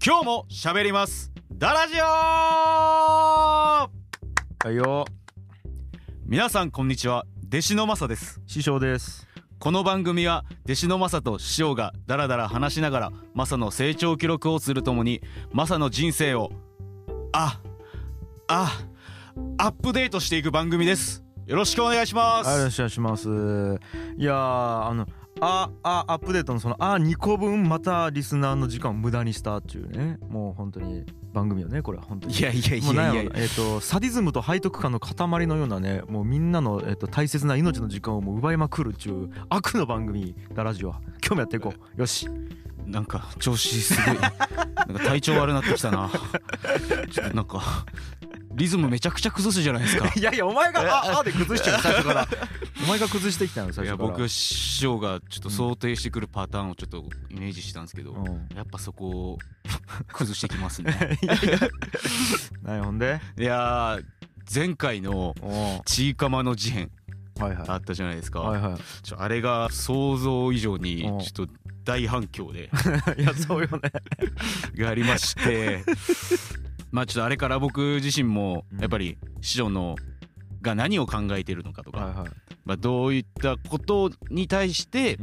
今日も喋りますダラジオ。 はいよ。 皆さんこんにちは、弟子のマサです。 師匠です。 この番組は弟子のマサと師匠がダラダラ話しながらマサの成長記録をするともにマサの人生をアップデートしていく番組です。よろしくお願いします。 よろしくお願いします。いやーアップデートのその2個分またリスナーの時間を無駄にしたっていうね、もう本当に番組よねこれは本当に。 いやサディズムと背徳感の塊のようなね、もうみんなの大切な命の時間をもう奪いまくるっていう悪の番組ダラジオは今日もやっていこう。よし。 なんか調子すごいなんか体調悪なってきたな。ちょっとなんかリズムめちゃくちゃ崩すじゃないですか。 いやお前がで崩しちゃう最初から。お前が崩してきたの最初から。 いや僕師匠がちょっと想定してくるパターンをちょっとイメージしたんですけど、やっぱそこを崩してきますね。 ほんでいや前回のちいかまの事変あったじゃないですか。あれが想像以上にちょっと大反響でいやそうよねがありましてまあちょっとあれから僕自身もやっぱり師匠のが何を考えているのかとか、まあどういったことに対して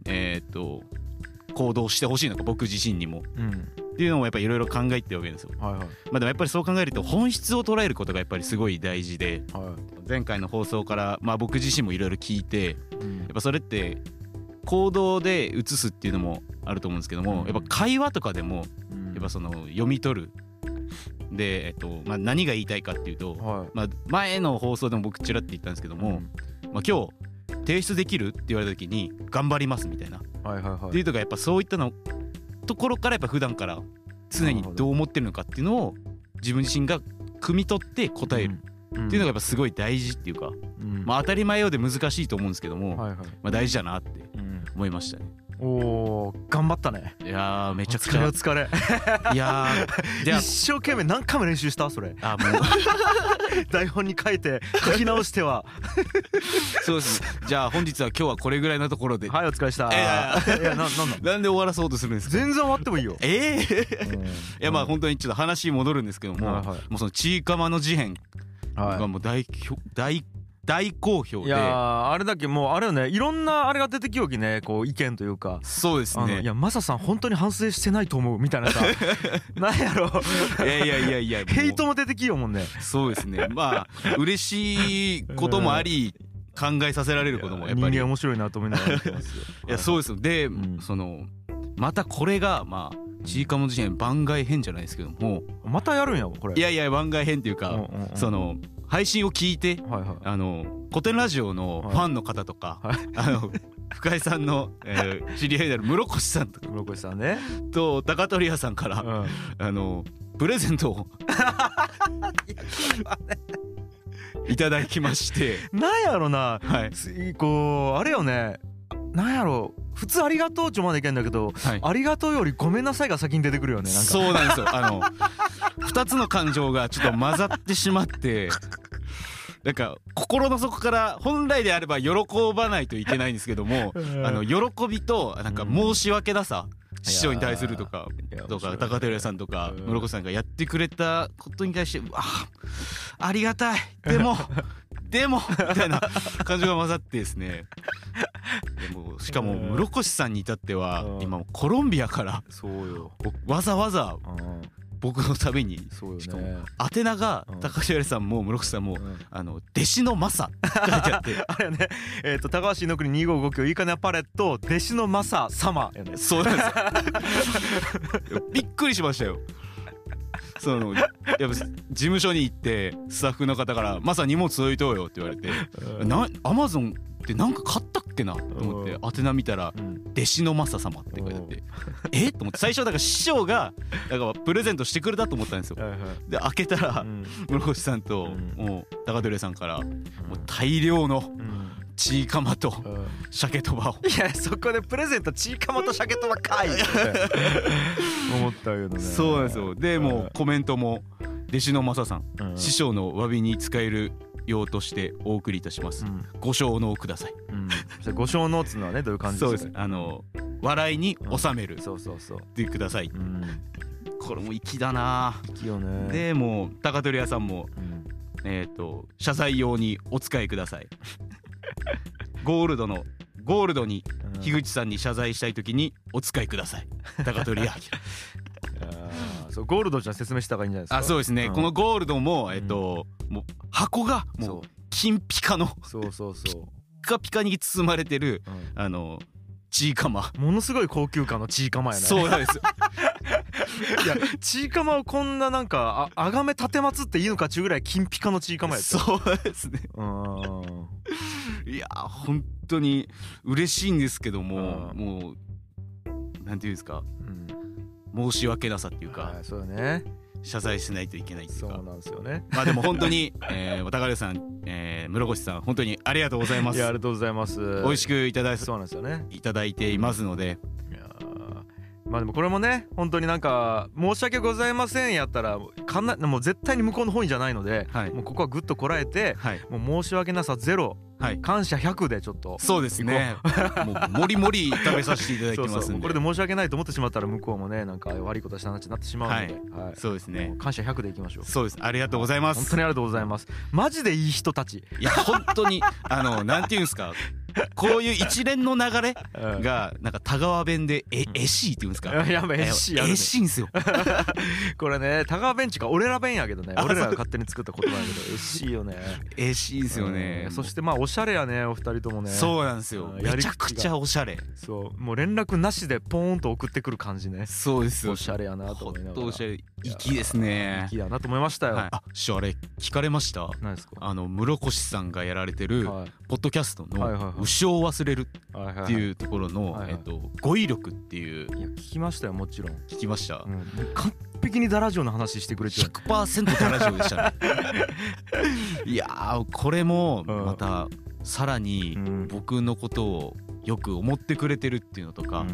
行動してほしいのか僕自身にもっていうのもやっぱりいろいろ考えてるわけですよ。まあでもやっぱりそう考えると本質を捉えることがやっぱりすごい大事で、前回の放送からまあ僕自身もいろいろ聞いて、やっぱそれって行動で移すっていうのもあると思うんですけども、やっぱ会話とかでもやっぱその読み取るで、まあ何が言いたいかっていうと、まあ前の放送でも僕ちらって言ったんですけども、まあ今日提出できるって言われた時に頑張りますみたいなっていうとか、やっぱそういったのところからやっぱ普段から常にどう思ってるのかっていうのを自分自身が汲み取って答えるっていうのがやっぱすごい大事っていうか、まあ当たり前ようで難しいと思うんですけども、まあ大事だなって思いましたね。 おー頑張ったね。 いやーめちゃくちゃお疲れいやー一生懸命何回も練習したそれ。もう台本に書いて書き直してはそうです。じゃあ本日は今日はこれぐらいのところで。 はいお疲れした。 なんで終わらそうとするんですか。 全然終わってもいいよ。 いやまあ本当にちょっと話戻るんですけども、もうそのちいかまの事変がもう大好評で。 いやあれだけもうあれよね、いろんなあれが出てきよきね、こう意見というか。 そうですね。 いやマサさん本当に反省してないと思うみたいなさなんやろ。 いやヘイトも出てきよもんね。 そうですね。まあ嬉しいこともあり考えさせられることもやっぱり人間面白いなと思いながら見てますよ。 いやそうですよ。でそのまたこれがまあちいかまの事変番外編じゃないですけども、 またやるんやこれ。 いや番外編っていうか、その配信を聞いて古典ラジオのファンの方とか、深井さんの知り合いである室越さんとか、 室越さんねと高取屋さんからプレゼントをいただきまして、 なんやろな、こうあれよね、なんやろ、普通ありがとうちょまでいけんだけど、ありがとうよりごめんなさいが先に出てくるよね。なんかそうなんですよ。2つの感情がちょっと混ざってしまってなんか心の底から本来であれば喜ばないといけないんですけども、喜びとなんか申し訳なさ、師匠に対するとか高寺さんとか室越さんがやってくれたことに対してありがたい、でもみたいな感情が混ざってですね。でもしかも室越さんに至っては今コロンビアからわざわざ僕のために、しかも宛名が高橋さんも室越さんも弟子のマサって書いてあってあれね、高橋の国2559いいかねパレット弟子のマサ様やね。 そうなんですよ。びっくりしましたよ。そのやっぱ事務所に行ってスタッフの方から「マサ荷物届いとうよ」って言われて「アマゾンってなんか買ったっけな?」と思って宛名見たら「弟子のマサ様」って書いてあってえっと思って、最初だから師匠がだからプレゼントしてくれたと思ったんですよ。で開けたら室越さんともう高取さんからもう大量のちいかまと鮭とばを。 いやそこでプレゼントちいかまと鮭とばかいって思ったけどね。 そうなんですよ。でもうコメントも弟子のマサさん、師匠の詫びに使える用としてお送りいたします、ご承納ください。 ご承納っつうのはねどういう感じですか。 そうです。笑いに収めるってください。 これも粋だな。 粋よね。 でもう高取屋さんも、謝罪用にお使いください。ゴールドに樋口さんに謝罪したいときにお使いください。高取屋。 そうゴールドじゃ説明した方がいいんじゃないですか。 そうですね、このゴールドももう箱がもう金ピカのピカピカに包まれてるチーカマ、 ものすごい高級感のチーカマやね。 そうなんですいやチーカマをこんななんか崇め立てまつっていいのかっちゅうぐらい金ピカのチーカマやった。 そうですね。いや本当に嬉しいんですけども、もうなんていうんですか、申し訳なさっていうか、 そうよね、 謝罪しないといけないっていうか。 そうなんですよね。 まあでも本当に高橋さん、室越さん本当にありがとうございます。 いやありがとうございます。 美味しくいただいていますので。 まあでもこれもね本当になんか申し訳ございませんやったらもう絶対に向こうの本意じゃないので、もうここはグッとこらえて、もう申し訳なさゼロ、感謝100でちょっと。 そうですね。もうもりもり食べさせていただきますんで。 これで申し訳ないと思ってしまったら向こうもねなんか悪いことした話になってしまうので、 そうですね。 感謝100でいきましょう。 そうです。ありがとうございます。 本当にありがとうございます。マジでいい人たち。 いや本当になんていうんですか。こういう一連の流れがなんか田川弁でエシーって言うんですか。 やばいエシーんすよ。 これね田川弁ちか俺ら弁やけどね、俺らが勝手に作った言葉やけどエシーよね。 エシーですよね。 そしてまあおしゃれやねお二人ともね。 そうなんですよ。めちゃくちゃおしゃれ。 そうもう連絡なしでポーンと送ってくる感じね。 そうですよ。 おしゃれやなと思いながら。 おしゃれ粋ですね。 粋だなと思いましたよ。 師匠あれ聞かれました？ 何ですか？ 室越さんがやられてるポッドキャストの牛を忘れるっていうところの語彙力っていう。 いや聞きましたよもちろん。 聞きました。 完璧にダラジオの話してくれて 100% ダラジオでしたね。いやこれもまたさらに僕のことをよく思ってくれてるっていうのとか、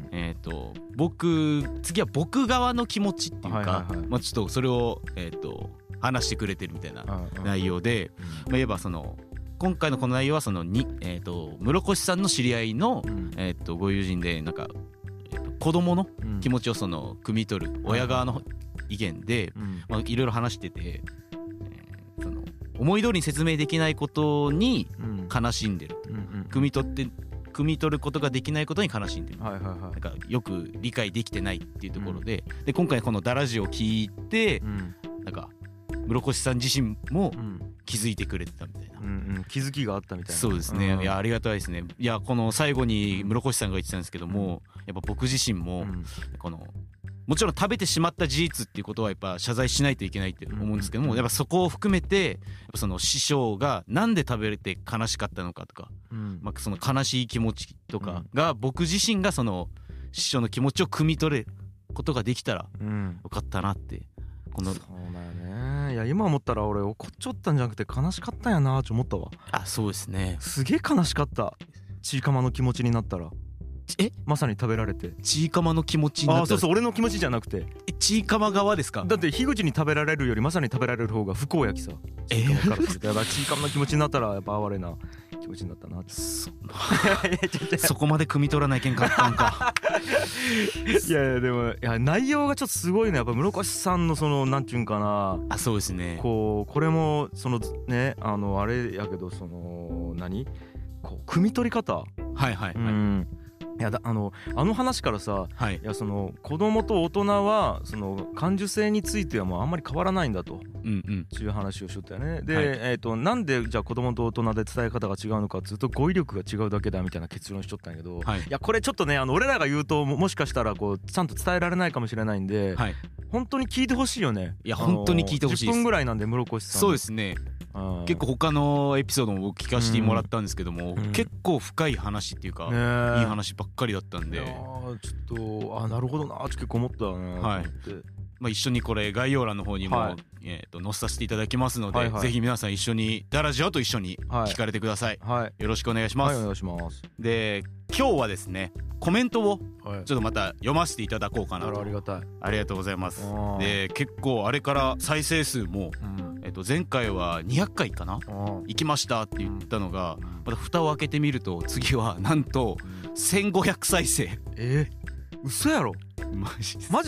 次は僕側の気持ちっていうか、まあちょっとそれを話してくれてるみたいな内容で、言えばその今回のこの内容はその室越さんの知り合いのご友人でなんか子供の気持ちをその汲み取る親側の意見でいろいろ話してて、その思い通りに説明できないことに悲しんでる、汲み取ることができないことに悲しんでる、なんかよく理解できてないっていうところで、今回このダラジを聞いて、なんか室越さん自身も気づいてくれてたみたいな、 気づきがあったみたいな。 そうですね。いやありがたいですね。いやこの最後に室越さんが言ってたんですけども、やっぱ僕自身もこのもちろん食べてしまった事実っていうことはやっぱ謝罪しないといけないって思うんですけども、やっぱそこを含めてやっぱその師匠がなんで食べれて悲しかったのかとか、まあその悲しい気持ちとかが僕自身がその師匠の気持ちを汲み取れることができたらよかったなって。 そうだよね。いや今思ったら俺怒っちゃったんじゃなくて悲しかったんやなって思ったわ。 そうですね。 すげえ悲しかった。ちいかまの気持ちになったら。まさに食べられてちいかまの気持ちになったら。 そう俺の気持ちじゃなくてちいかま側ですか？ だって樋口に食べられるよりまさに食べられる方が不幸やきさ。だからちいかまの気持ちになったらやっぱ哀れな気持ちになったなって。 そこまで汲み取らないけんかったんか。 いやでも内容がちょっとすごいね。やっぱ室越さんのそのなんていうんかな。 そうですね。 これもそのねあれやけどそのこう汲み取り方。いやあの話からさ、いやその子供と大人はその感受性についてはもうあんまり変わらないんだと、いう話をしとったよね。で、なんでじゃあ子供と大人で伝え方が違うのかっつうと語彙力が違うだけだみたいな結論しとったんやけど、いやこれちょっとね俺らが言うともしかしたらこうちゃんと伝えられないかもしれないんで、本当に聞いてほしいよね。 いや本当に聞いてほしいです。 10分ぐらいなんで室越さん。 そうですね。結構他のエピソードも僕聞かせてもらったんですけども、結構深い話っていうか、いい話ばっかりだったんで、 ちょっとなるほどなって結構思ったなと思って。 まあ、一緒にこれ概要欄の方にも、載せさせていただきますので、ぜひ皆さん一緒にダラジオと一緒に聞かれてください。よろしくお願いします。 お願いします。 で今日はですねコメントをちょっとまた読ませていただこうかなと。 ありがたい。 ありがとうございます。で結構あれから再生数も、前回は200回かな行きましたって言ったのが、また蓋を開けてみると次はなんと1500再生。 嘘やろ。マジで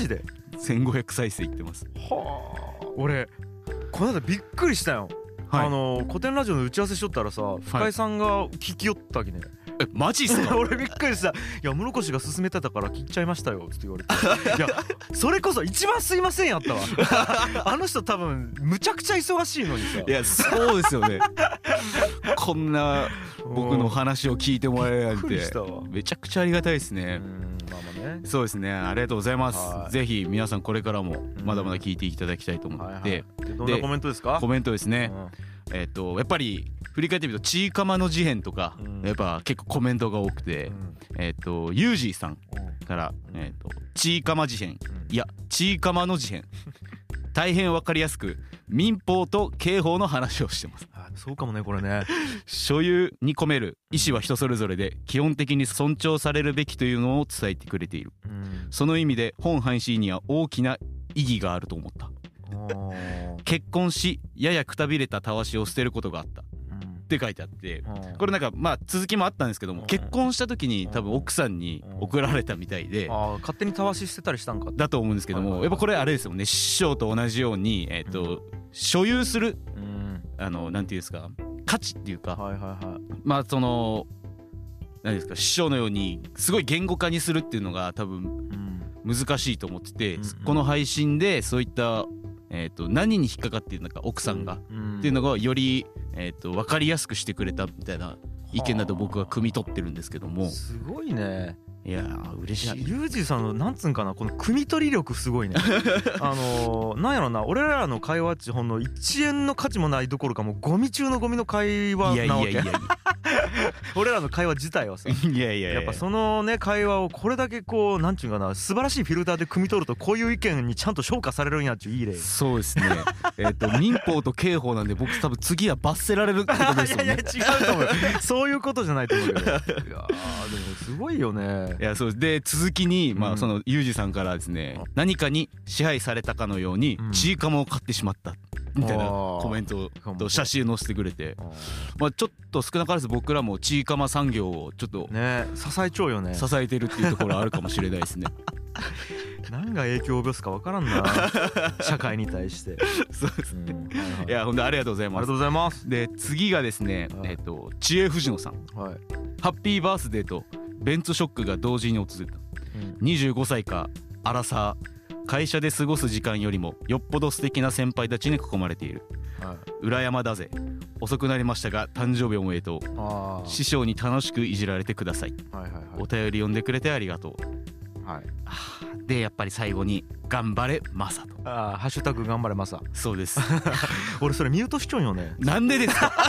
1500再生いってます。 はあ、俺この間びっくりしたよ、はい、古典ラジオの打ち合わせしとったらさ、深井さんが聞きよったわけね、 マジっすか？ 俺びっくりした。いや室越が勧めてたから聞いちゃいましたよって言われていやそれこそ一番すいませんやったわあの人多分むちゃくちゃ忙しいのにさ。 いやそうですよねこんな僕の話を聞いてもらえるなんてめちゃくちゃありがたいですね。 まあまあね、 そうですね、ありがとうございます。ぜひ皆さんこれからもまだまだ聞いていただきたいと思って、 どんなコメントですか？ コメントですね、やっぱり振り返ってみるとちいかまの事変とか、やっぱ結構コメントが多くて、ユージーさんからちいかま事変、いやちいかまの事変大変わかりやすく民法と刑法の話をしてます。 そうかもねこれね所有に込める意思は人それぞれで基本的に尊重されるべきというのを伝えてくれている、その意味で本廃止には大きな意義があると思った。結婚しややくたびれたたわしを捨てることがあったって書いてあって、これなんかまあ続きもあったんですけども、結婚した時に多分奥さんに送られたみたいで、 勝手にたわし捨てたりしたんかだと思うんですけども、やっぱこれあれですよね、師匠と同じように所有するなんていうんですか、価値っていうか、まあその何ですか、師匠のようにすごい言語化にするっていうのが多分難しいと思ってて、この配信でそういった何に引っかかっているのか奥さんがっていうのがより分かりやすくしてくれたみたいな意見だと僕は汲み取ってるんですけども。 すごいね。 いや嬉しい。 ユージさんのなんつうんかな、この汲み取り力すごいねなんやろな、俺らの会話っちほんの1円の価値もないどころかもうゴミ中のゴミの会話なわけ。俺らの会話自体はさ、やっぱそのね会話をこれだけこうなんちゅうかな、素晴らしいフィルターで汲み取るとこういう意見にちゃんと昇華されるんやっちゅういい例。 そうですね民法と刑法なんで僕多分次は罰せられるってことですよね。 いや違うと思うそういうことじゃないと思うけどいやでもすごいよね。 いやそうで、続きにまあそのユージさんからですね、何かに支配されたかのようにちいかまを買ってしまったみたいなコメントと写真載せてくれて、まあちょっと少なからず僕らもちいかま産業をちょっとね支えちゃうよね、 支えてるっていうところあるかもしれないですね何が影響を及ぼすか分からんな社会に対して。 そうですね、いやほんとありがとうございます。 ありがとうございます。 で次がですね、知恵藤野さん、ハッピーバースデーとベンツショックが同時に訪れた、25歳かアラサー、会社で過ごす時間よりもよっぽど素敵な先輩たちに囲まれている、裏山だぜ、遅くなりましたが誕生日おめでとう、師匠に楽しくいじられてください、お便り読んでくれてありがとう、でやっぱり最後に頑張れマサと、 ハッシュタグ頑張れマサ。 そうです俺それミュートしちゃうんよね。 なんでですか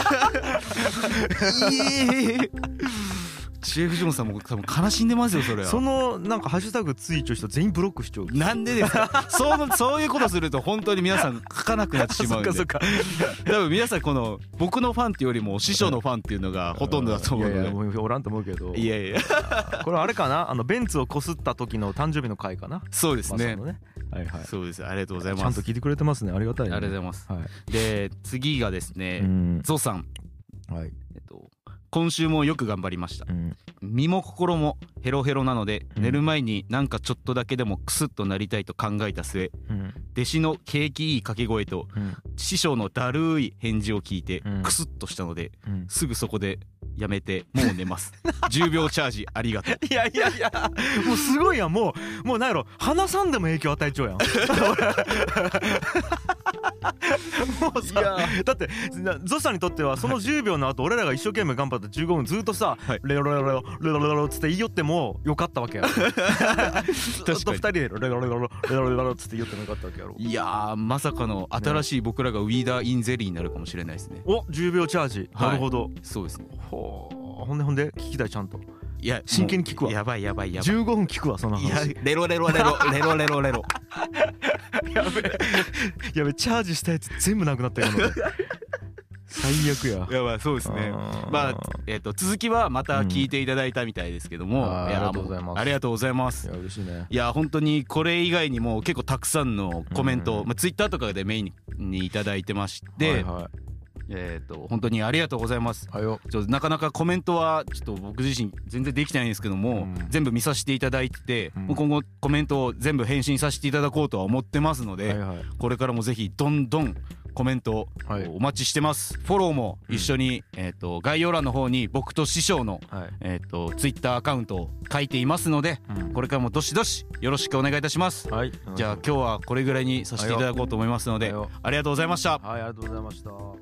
知恵藤野さんも多分悲しんでますよそれは。 そのなんかハッシュタグツイートした人全員ブロックしちゃう。 なんでですかそういうことすると本当に皆さん書かなくなってしまうんでそっか多分皆さんこの僕のファンっていうよりも師匠のファンっていうのがほとんどだと思うので。 いやもうおらんと思うけど。いやこれあれかな、ベンツをこすった時の誕生日の回かな。 そうですね、 そうです。ありがとうございます。 ちゃんと聞いてくれてますね。ありがたいね。 ありがとうございます、で次がですね、ゾさん、今週もよく頑張りました、身も心もヘロヘロなので、寝る前になんかちょっとだけでもクスッとなりたいと考えた末、弟子の景気いい掛け声と、師匠のだるい返事を聞いてクスッとしたので、すぐそこでやめてもう寝ます10秒チャージありがとう。 いやもうすごいやん。もうなんやろ、話さんでも影響与えちゃうやんもうさ、だってゾさんにとってはその10秒の後俺らが一生懸命頑張った15分ずっとさ、レロレロレロレロレロっつって言いよってもよかったわけやろずっと2人でレロレロレロレロレロっつって言いよってもよかったわけやろ。 いやまさかの新しい僕らがウィーダーインゼリーになるかもしれないですね。 お、10秒チャージ、なるほど。 そうですね。 ほんで聞きたい、ちゃんと。 いや真剣に聞くわ。 やばい 15分聞くわその話。 いやレロレロレロレロレロレロやべチャージしたやつ全部なくなったよ最悪や。 いやまあそうですね。まあ続きはまた聞いていただいたみたいですけども、 ありがとうございます。 ありがとうございます。 いや嬉しいね。 いや本当にこれ以外にも結構たくさんのコメント、ツイッターとかでメインにいただいてまして、 本当にありがとうございます。なかなかコメントはちょっと僕自身全然できてないんですけども、全部見させていただいてて、今後コメントを全部返信させていただこうとは思ってますので、これからもぜひどんどんコメントお待ちしてます。フォローも一緒に、概要欄の方に僕と師匠の、ツイッターアカウントを書いていますので、これからもどしどしよろしくお願いいたします。じゃあ今日はこれぐらいにさせていただこうと思いますので、ありがとうございました。 ありがとうございました。